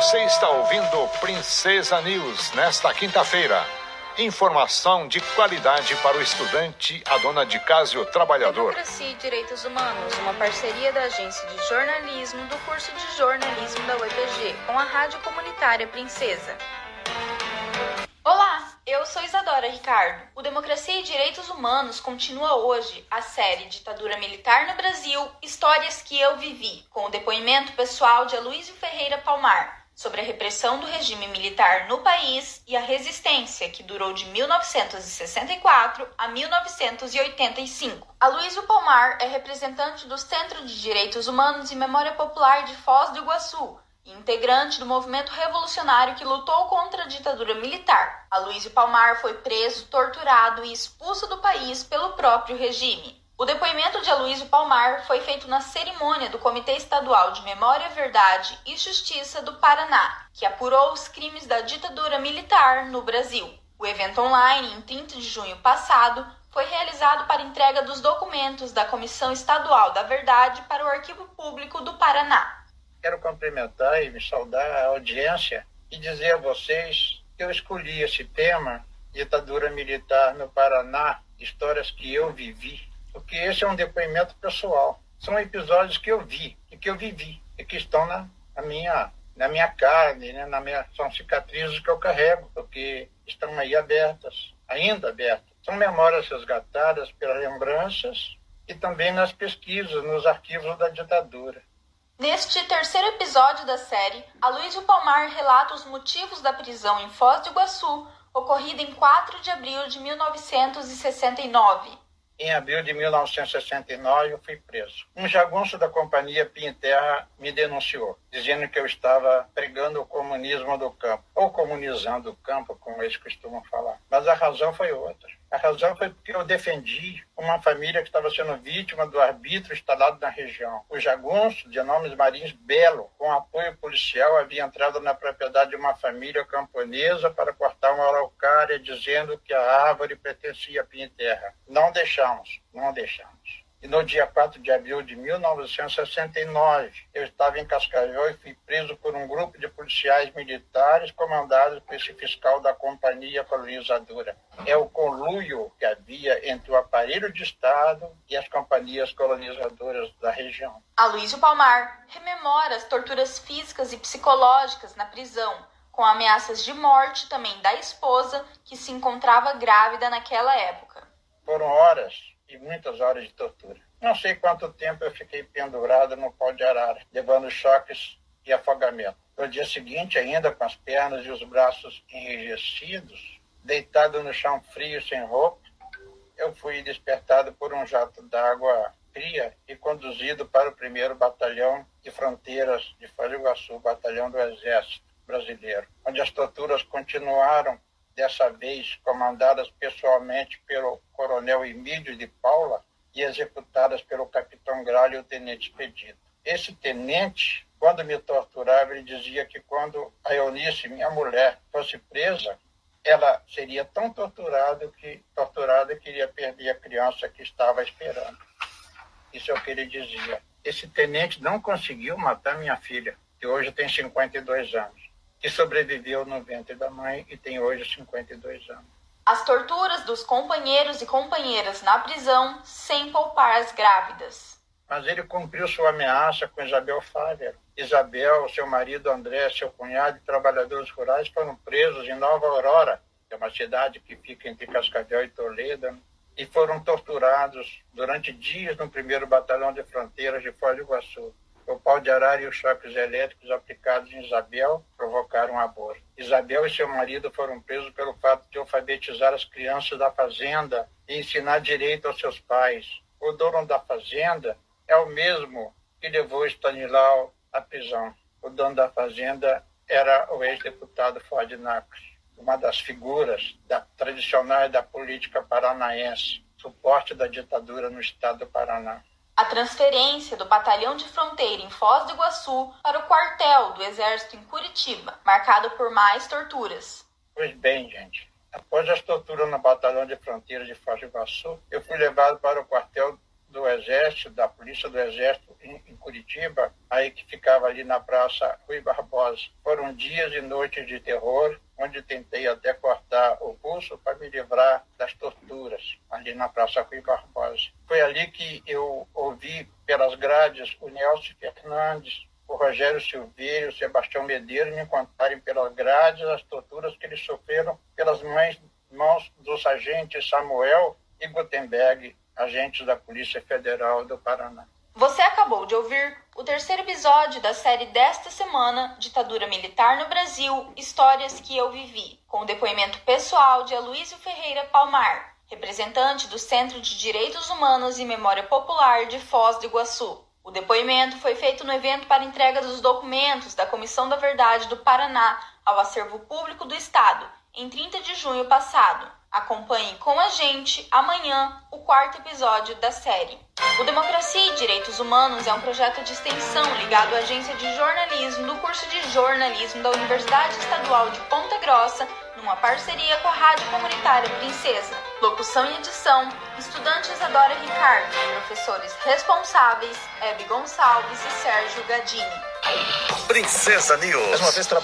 Você está ouvindo Princesa News nesta quinta-feira. Informação de qualidade para o estudante, a dona de casa e o trabalhador. Democracia e Direitos Humanos, uma parceria da Agência de Jornalismo do curso de Jornalismo da UEPG com a Rádio Comunitária Princesa. Olá, eu sou Isadora Ricardo. O Democracia e Direitos Humanos continua hoje a série Ditadura Militar no Brasil, Histórias que eu vivi, com o depoimento pessoal de Aloísio Ferreira Palmar, sobre a repressão do regime militar no país e a resistência que durou de 1964 a 1985. Aloísio Palmar é representante do Centro de Direitos Humanos e Memória Popular de Foz do Iguaçu e integrante do movimento revolucionário que lutou contra a ditadura militar. Aloísio Palmar foi preso, torturado e expulso do país pelo próprio regime. O depoimento de Aloísio Palmar foi feito na cerimônia do Comitê Estadual de Memória, Verdade e Justiça do Paraná, que apurou os crimes da ditadura militar no Brasil. O evento online, em 30 de junho passado, foi realizado para entrega dos documentos da Comissão Estadual da Verdade para o Arquivo Público do Paraná. Quero cumprimentar e me saudar a audiência e dizer a vocês que eu escolhi esse tema, ditadura militar no Paraná, histórias que eu vivi, porque esse é um depoimento pessoal. São episódios que eu vi e que eu vivi e que estão na minha carne, né? São cicatrizes que eu carrego, porque estão aí abertas, ainda abertas. São memórias resgatadas pelas lembranças e também nas pesquisas, nos arquivos da ditadura. Neste terceiro episódio da série, Aloísio Palmar relata os motivos da prisão em Foz do Iguaçu, ocorrida em 4 de abril de 1969. Em abril de 1969, eu fui preso. Um jagunço da companhia Pin Terra me denunciou, dizendo que eu estava pregando o comunismo do campo, ou comunizando o campo, como eles costumam falar. Mas a razão foi outra. A razão foi porque eu defendi uma família que estava sendo vítima do arbítrio instalado na região. O jagunço, de nomes Marins Belo, com apoio policial, havia entrado na propriedade de uma família camponesa para cortar uma araucária, dizendo que a árvore pertencia a Pin Terra. Não deixamos. E no dia 4 de abril de 1969, eu estava em Cascavel e fui preso por um grupo de policiais militares comandados por esse fiscal da companhia colonizadora. É o conluio que havia entre o aparelho de Estado e as companhias colonizadoras da região. Aloísio Palmar rememora as torturas físicas e psicológicas na prisão, com ameaças de morte também da esposa, que se encontrava grávida naquela época. Foram horas e muitas horas de tortura. Não sei quanto tempo eu fiquei pendurado no pau de arara, levando choques e afogamento. No dia seguinte, ainda com as pernas e os braços enrijecidos, deitado no chão frio sem roupa, eu fui despertado por um jato d'água fria e conduzido para o 1º Batalhão de Fronteiras de Foz do Iguaçu, Batalhão do Exército Brasileiro, onde as torturas continuaram, dessa vez comandadas pessoalmente pelo coronel Emílio de Paula e executadas pelo capitão Gralho e o tenente Expedito. Esse tenente, quando me torturava, ele dizia que quando a Eunice, minha mulher, fosse presa, ela seria tão torturada que iria perder a criança que estava esperando. Isso é o que ele dizia. Esse tenente não conseguiu matar minha filha, que hoje tem 52 anos. Que sobreviveu no ventre da mãe e tem hoje 52 anos. As torturas dos companheiros e companheiras na prisão sem poupar as grávidas. Mas ele cumpriu sua ameaça com Isabel Fávero. Isabel, seu marido André, seu cunhado e trabalhadores rurais foram presos em Nova Aurora, que é uma cidade que fica entre Cascavel e Toledo, e foram torturados durante dias no 1º Batalhão de Fronteiras de Foz do Iguaçu. O pau de arara e os choques elétricos aplicados em Isabel provocaram aborto. Isabel e seu marido foram presos pelo fato de alfabetizar as crianças da fazenda e ensinar direito aos seus pais. O dono da fazenda é o mesmo que levou Stanislau à prisão. O dono da fazenda era o ex-deputado Ford Nacos, uma das figuras tradicionais da política paranaense, suporte da ditadura no estado do Paraná. A transferência do Batalhão de Fronteira em Foz do Iguaçu para o quartel do Exército em Curitiba, marcado por mais torturas. Pois bem, gente, após as torturas no Batalhão de Fronteira de Foz do Iguaçu, eu fui levado para o quartel do Exército, da Polícia do Exército em Curitiba, aí que ficava ali na Praça Rui Barbosa. Foram dias e noites de terror, onde tentei até cortar o pulso para me livrar das torturas, ali na Praça Rui Barbosa. Foi ali que eu ouvi pelas grades o Nelson Fernandes, o Rogério Silveira, o Sebastião Medeiros me contarem pelas grades as torturas que eles sofreram pelas mãos dos agentes Samuel e Gutenberg, agentes da Polícia Federal do Paraná. Você acabou de ouvir o terceiro episódio da série desta semana, Ditadura Militar no Brasil, Histórias que eu vivi, com o depoimento pessoal de Aloysio Ferreira Palmar, representante do Centro de Direitos Humanos e Memória Popular de Foz do Iguaçu. O depoimento foi feito no evento para entrega dos documentos da Comissão da Verdade do Paraná ao Acervo Público do Estado, em 30 de junho passado. Acompanhe com a gente, amanhã, o quarto episódio da série. O Democracia e Direitos Humanos é um projeto de extensão ligado à Agência de Jornalismo do curso de Jornalismo da Universidade Estadual de Ponta Grossa, numa parceria com a Rádio Comunitária Princesa. Locução e edição, estudante Isadora Ricardo, professores responsáveis, Hebe Gonçalves e Sérgio Gadini. Princesa News.